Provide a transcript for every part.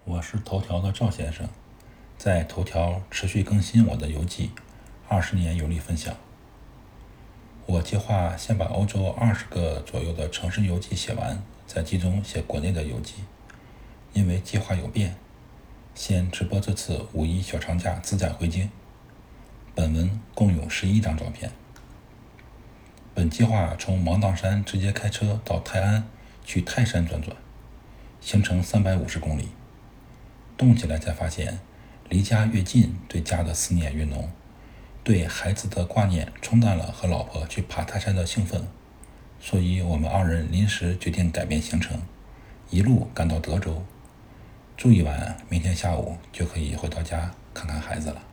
我是头条的赵先生，在头条持续更新我的游记，20年游历分享。我计划先把欧洲20个左右的城市游记写完，再集中写国内的游记。因为计划有变，先直播这次5·1小长假自驾回京。本文共有11张照片。本计划从芒砀山直接开车到泰安，去泰山转转，行程350公里。动起来才发现，离家越近，对家的思念越浓，对孩子的挂念冲淡了和老婆去爬泰山的兴奋，所以我们2人临时决定改变行程，一路赶到德州，住一晚，明天下午就可以回到家看看孩子了。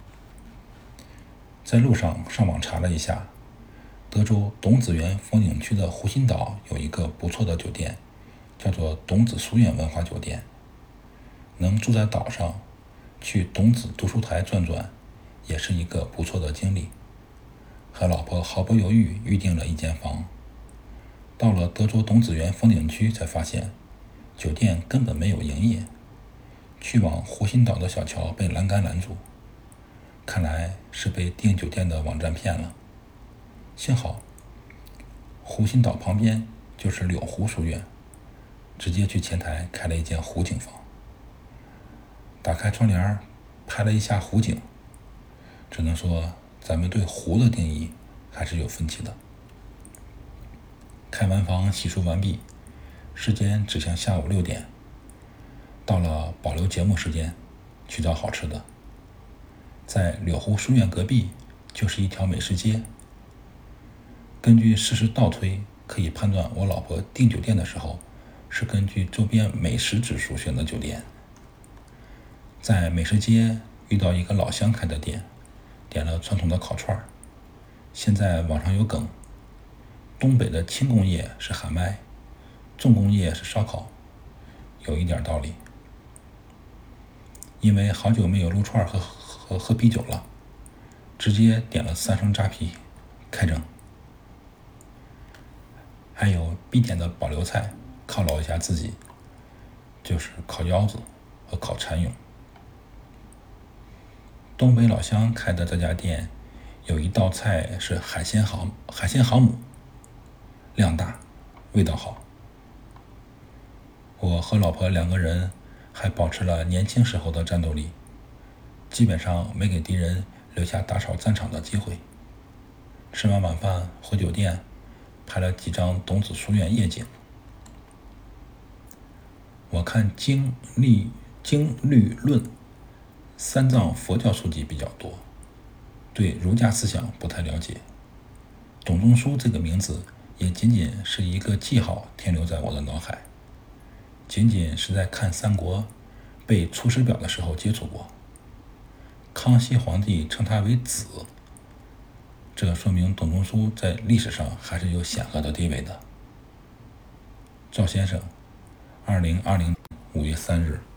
在路上上网查了一下，德州董子园风景区的湖心岛有一个不错的酒店，叫做董子书院文化酒店。能住在岛上，去董子读书台转转，也是一个不错的经历。和老婆毫不犹豫预定了一间房。到了德州董子园风景区才发现，酒店根本没有营业。去往湖心岛的小桥被栏杆拦住，看来是被订酒店的网站骗了。幸好湖心岛旁边就是柳湖书院，直接去前台开了一间湖景房。打开窗帘拍了一下湖景，只能说咱们对湖的定义还是有分歧的。开完房洗漱完毕，时间指向下午6点，到了保留节目时间，去找好吃的。在柳湖书院隔壁就是一条美食街。根据事实倒推，可以判断我老婆订酒店的时候是根据周边美食指数选的酒店。在美食街遇到一个老乡开的店，点了传统的烤串。现在网上有梗，东北的轻工业是喊麦，重工业是烧烤，有一点道理。因为好久没有撸串和喝啤酒了，直接点了3升扎啤开整。还有必点的保留菜，犒劳一下自己，就是烤腰子和烤蚕蛹。东北老乡开的这家店有一道菜是海鲜航母，量大，味道好。我和老婆2个人还保持了年轻时候的战斗力，基本上没给敌人留下打扫战场的机会。吃完晚饭回酒店，拍了几张董子书院夜景。我看经律论三藏佛教书籍比较多，对儒家思想不太了解。董仲舒这个名字也仅仅是一个记号停留在我的脑海，仅仅是在看三国背《出师表》的时候接触过。康熙皇帝称他为子，这说明董仲舒在历史上还是有显赫的地位的。赵先生，2020年5月3日。